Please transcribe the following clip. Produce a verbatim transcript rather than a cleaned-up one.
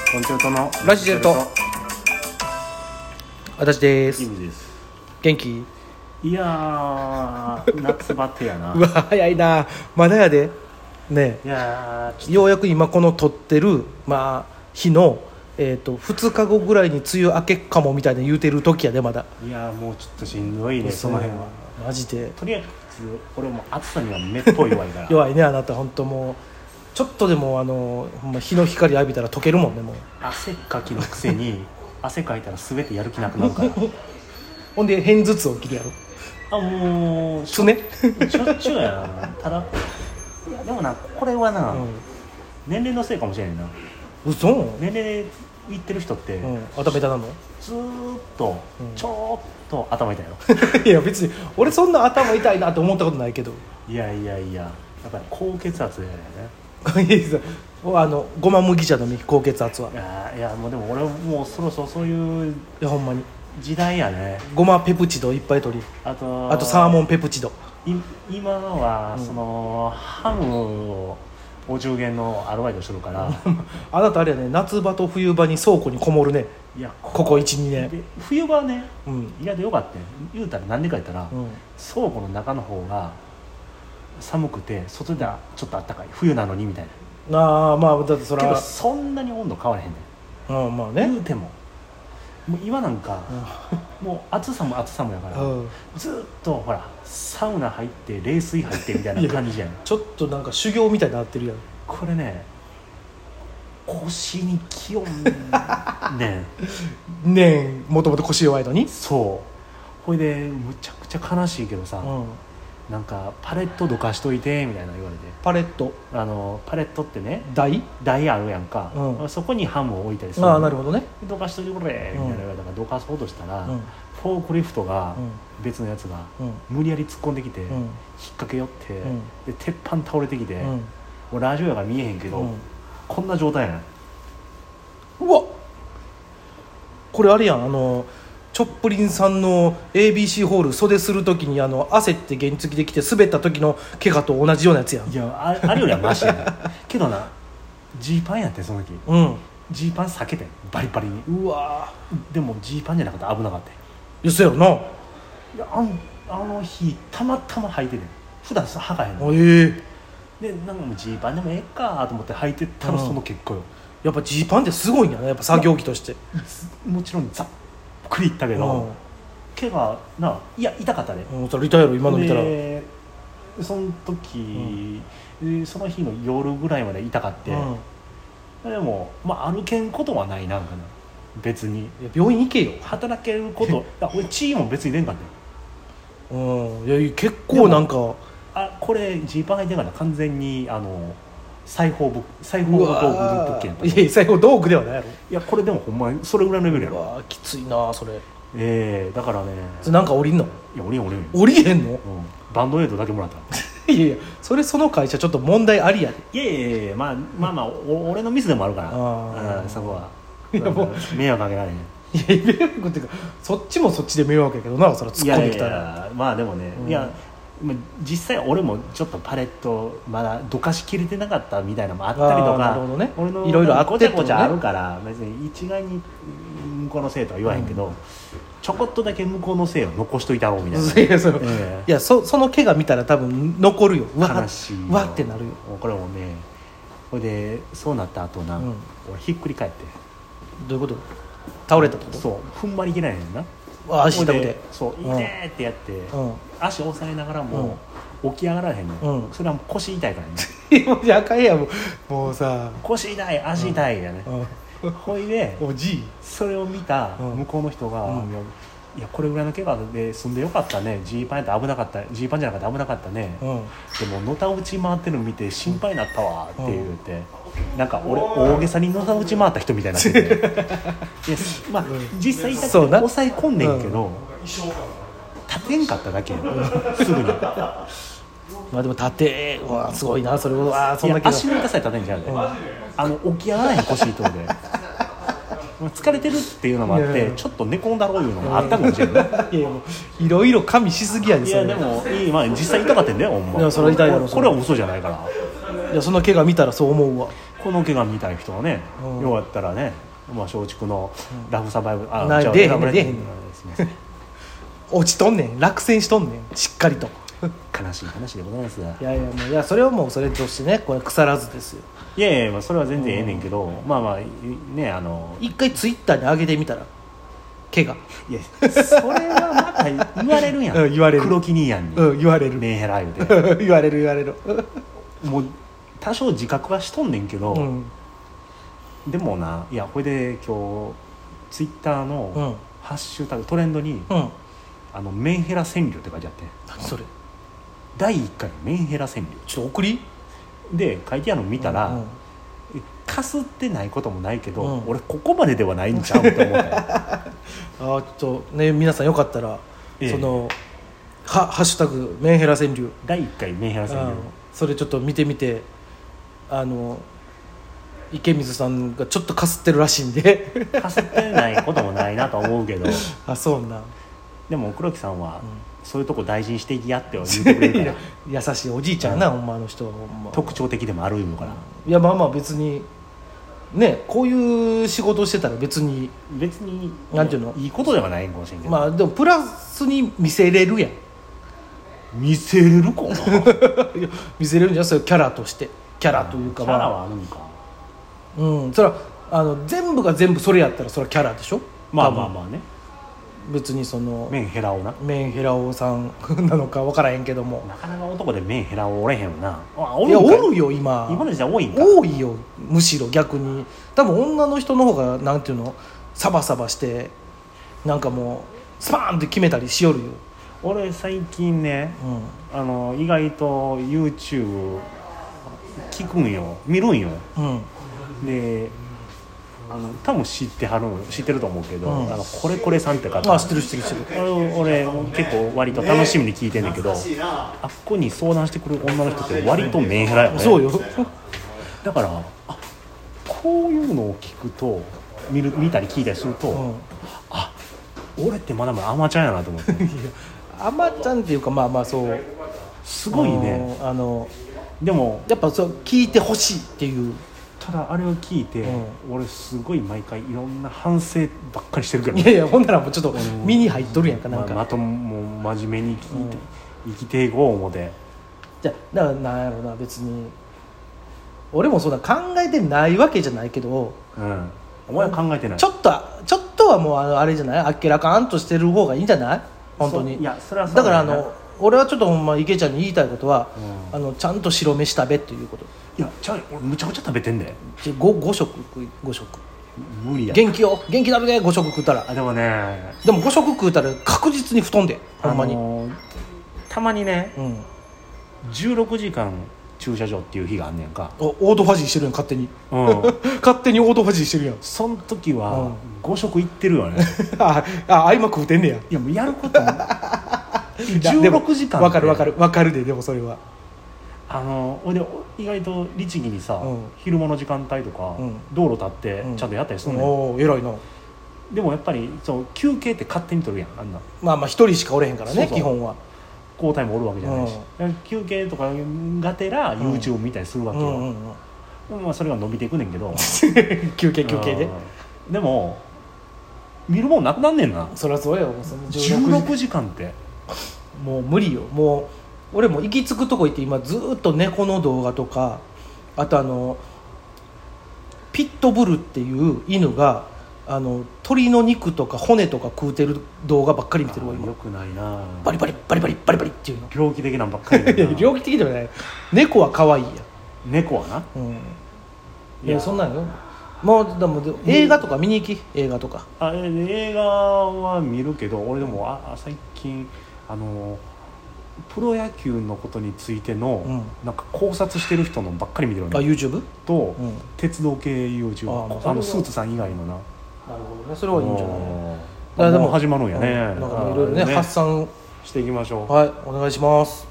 コンチェルトのラジチェルト私です。 キムです。 元気？ いやー夏バテやなうわ早いな、まだやでね。 いやようやく今この撮ってる、まあ、日の、えー、とふつかごぐらいに梅雨明けかもみたいな言うてる時やでまだ。 いやもうちょっとしんどいねその辺はマジで。 とりあえず俺も暑さにはめっぽい弱いから弱いねあなた。本当もうちょっとでもあのほんま日の光浴びたら溶けるもんね。もう汗っかきのくせに汗かいたら全てやる気なくなるからほんで片頭痛起きるやろ。 あもうつねしょっちゅうやな。ただいやでもなこれはな、うん、年齢のせいかもしれないな。 嘘？ 年齢いってる人って、うん、 頭痛なの？ ずーっとちょっと頭痛いよいや別に俺そんな頭痛いなって思ったことないけど。 いやいやいややっぱり高血圧やねあのごま麦茶飲み高血圧は。 いやいやもうでも俺もうそろそろそういういやほんまに時代やね。 ごまペプチドいっぱい取り、 あとあとサーモンペプチド。 い今は、うん、そのハムをお中元のアルバイトしてるからあなたあれやね、夏場と冬場に倉庫にこもるね。 いやここ いち,に 年冬場はね、 うん、 意外とよかったよ。言うたら何でか言ったら、うん、倉庫の中の方が寒くて外ではちょっと暖かい冬なのにみたいな。ああまあだってそれはけどそんなに温度変わらへんねん。 あまあね言うてももう今なんか、うん、もう暑さも暑さもやから、うん、ずっとほらサウナ入って冷水入ってみたいな感じやんちょっとなんか修行みたいになってるやん。 これね腰に気温ねんねんもともと腰弱いのに。 そうほいでむちゃくちゃ悲しいけどさ、うんなんかパレットどかしといてみたいな言われて。 パレットあのパレットってね台台あるやんか、うん、そこにハムを置いたりする。 ああなるほどね。 どかしといてくれみたいな言われたからどかそうとしたら、うん、フォークリフトが、うん、別のやつが、うん、無理やり突っ込んできて、うん、引っ掛け寄って、うん、で鉄板倒れてきて、うん、もうラジオやから見えへんけど、うん、こんな状態やん。 うわこれあれやん、あのチョップリンさんの エービーシー ホール袖するときにあの汗って原付できて滑った時の怪我と同じようなやつやん。 いや あ, あれよりはマシやねけどなジーパンやってその時ジー、うん、パン避けてバリバリに。 うわでもジーパンじゃなかったら危なかった。 いやそうやろな。いや あ, あの日たまたま履いてて普段さ履かへんの。 えー、 でなんかもうジーパンでもええかと思って履いてったらその結果よ、うん、 やっぱジーパンってすごいんやねやっぱ作業着として。 もちろんザックリいったけど、うん、毛がないや痛かったね。 うん、それ痛いやろ今の見たら。 でその時、うん、その日の夜ぐらいまで痛かって、うん、でも、まあ、歩けんことはないなんかな別に。いや病院行けよ。 働けること俺血も別に出んかった。 うんいや結構なんかあこれジーパン履いてんから完全にあの裁縫部裁縫道具物件。 いや裁縫道具ではないやろ。 いやこれでもほんまにそれぐらいのレベルやろ。 うわきついなそれ。 ええー、だからねなんか降りんの？ いや降りん降りん降りへんの、うん、 バンドエイドだけもらったいやいやそれその会社ちょっと問題ありやで。 いやいやいやまあまあまあ俺のミスでもあるからあそこはいやもう迷惑かけられへん。 いや迷惑っていうかそっちもそっちで迷惑やけどなそれ突っ込んできたら。いやいやまあでもね、うん、いや実際俺もちょっとパレットまだどかしきれてなかったみたいなのもあったりとか、 なるほどね、 俺のいろいろあってごちゃごちゃあるから別に一概に向こうのせいとは言わへんけど、うん、ちょこっとだけ向こうのせいを残しといたろうみたいな。 いや そ,、えー、いや そ, その怪我見たら多分残るよ。 悲しいわってなるよ。 これもねこれでそうなった後な、うん、俺ひっくり返って。 どういうこと？倒れたってこと？ そう踏ん張りきれないねんな。 足痛くてそういいねってやって、うん、足押さえながらも、うん、起き上がらへんの、うん、それはもう腰痛いからねもうあかんやもう、もうさ腰痛い足痛いやね、うん、ほいでおじそれを見た向こうの人が、うん、いやこれぐらいの怪我で済んでよかったねジーパンやって危なかったジーパンじゃなかった危なかったね、うん、でものたうち回ってるの見て心配になったわって言って、うん、なんか俺大げさにのたうち回った人みたいになっててで、まあ、実際痛くて抑え込んでんけど、うん、立てんかっただけ、うん、すぐにまあでも立てわすごいなそれは。そんな足の痛さで立てんじゃん、うん、あの起き上がらへん腰痛で疲れてるっていうのもあっていやいやちょっと寝込んだろういうのもあったかもしれない。いやいやもういろいろ加味しすぎやで。 いやでもいい、まあ、実際痛かったんだよほんま。 いやそれは痛いやろ。 これは嘘じゃないから。 いやその怪我見たらそう思うわ。 この怪我見たい人はね、 うん、 よかったらね、まあ、松竹のラフサバイブ、うん、あな出えへんね出えへんねすみません落ちとんねん落選しとんねんしっかりと悲しい話でございます。 いやいやもういやそれはもうそれとしてねこれ腐らずですよ。 いやいや、まあ、それは全然ええねんけど、うん、まあまあねあの一回ツイッターに上げてみたら怪我いやそれはまた言われるやん、 うん、言われる黒木兄やんに、 うん、言われるメンヘラ言うて言われる言われるもう多少自覚はしとんねんけど、うん、でもないやこれで今日ツイッターのハッシュタグトレンドに、うん、あのメンヘラ川柳って書いてあって、 何それだいいっかいメンヘラ川柳ちょっと送りで書いてあるの見たら、うんうん、かすってないこともないけど、うん、俺ここまでではないんちゃうと思ったよあちょっとね皆さんよかったら、ええ、そのはハッシュタグメンヘラ川柳だいいっかいメンヘラ川柳、 それちょっと見てみてあの池水さんがちょっとかすってるらしいんでかすってないこともないなと思うけどあそうなでも黒木さんは、うん、そういうとこ大事にしていきやって言ってくれるから優しいおじいちゃんな、うん、ほんまあの人はほんま特徴的でもあるのかな、 いやまあまあ別にねこういう仕事をしてたら別に別になんていうのいいことではないかもしれんけど、 まあでもプラスに見せれるやん見せれるかないや見せれるんじゃんそういうキャラとしてキャラというか、 まあ、キャラはあるんかうんそれはあの全部が全部それやったらそれはキャラでしょまあまあまあね別にそのメンヘラオなメンヘラオさんなのか分からへんけどもなかなか男でメンヘラオおれへんよなあおるんかいやおるよ今今の時代多いんか多いよむしろ逆に多分女の人の方がなんていうのサバサバしてなんかもうスパーンって決めたりしよるよ俺最近ね、うん、あの意外と YouTube 聞くんよ見るんよ、うん、であの多分知ってはる知ってると思うけど、うん、あのこれこれさんって方あ知ってる知ってる知ってる俺結構割と楽しみに聞いてんねんけど、あっこに相談してくる女の人って割とメンヘラやねそうよだからあこういうのを聞くと見る見たり聞いたりすると、うん、あ俺ってまだまだアマちゃんやなと思ってアマちゃんっていうかまあまあそうすごいねあのでもやっぱそう聞いてほしいっていうただあれを聞いて、うん、俺すごい毎回いろんな反省ばっかりしてるけど、 いやいやほんならもうちょっと身に入っとるやんかなんか、 まあ、まともう真面目に聞いて、うん、生きていこう思てじゃだからなんやろな別に俺もそんな考えてないわけじゃないけど、 うん、お前は考えてないちょっとちょっとはもうあのあれじゃないあっけらかんとしてる方がいいんじゃない本当にいやそれはそうだからあの俺はちょっとほんま池ちゃんに言いたいことは、うん、あのちゃんと白飯食べっていうこといやちゃう俺むちゃくちゃ食べてんで 5, 5食ご食無理や元気よ元気なるでご食食ったらあでもねでもご食食ったら確実に太んでほんまに、あのー、 たまにね、うん、じゅうろくじかん駐車場っていう日があんねんかおオートファジーしてるやん勝手に、うん、勝手にオートファジーしてるやんその時はご食いってるよね、 うん、ああ合間食うてんねやいやもうやることじゅうろくじかん分かる分かる分かるででもそれはあの俺意外と律儀にさ、うん、昼間の時間帯とか、うん、道路立ってちゃんとやったりするの、 うん、お偉いなでもやっぱりそう休憩って勝手に取るやんあんなまあまあ一人しかおれへんからねそうそう基本は交代もおるわけじゃないし、うん、休憩とかがてら YouTube 見たりするわけよ、うんうんうんまあ、それが伸びていくねんけど休憩休憩ででも見るもんなくなんねんなそりゃそうよじゅうろくじかんってもう無理よもう俺も行き着くとこ行って今ずっと猫の動画とかあとあのピットブルっていう犬があの鶏の肉とか骨とか食うてる動画ばっかり見てるわ今よくないなバリバリバリバリバリバリっていうの猟奇的なんばっかりだな猟奇的ではない猫は可愛いや猫はな、 うん、いやそんなんよもうでも映画とか見に行き映画とかあ映画は見るけど俺でもあ最近あのプロ野球のことについての、うん、なんか考察してる人のばっかり見てるねあ YouTube? と、うん、鉄道系 YouTube あ、まあ、あのスーツさん以外のななるほどねそれはいいんじゃないだからでも始まるんやね、 うん、なんかいろいろね、ね、発散していきましょうはいお願いします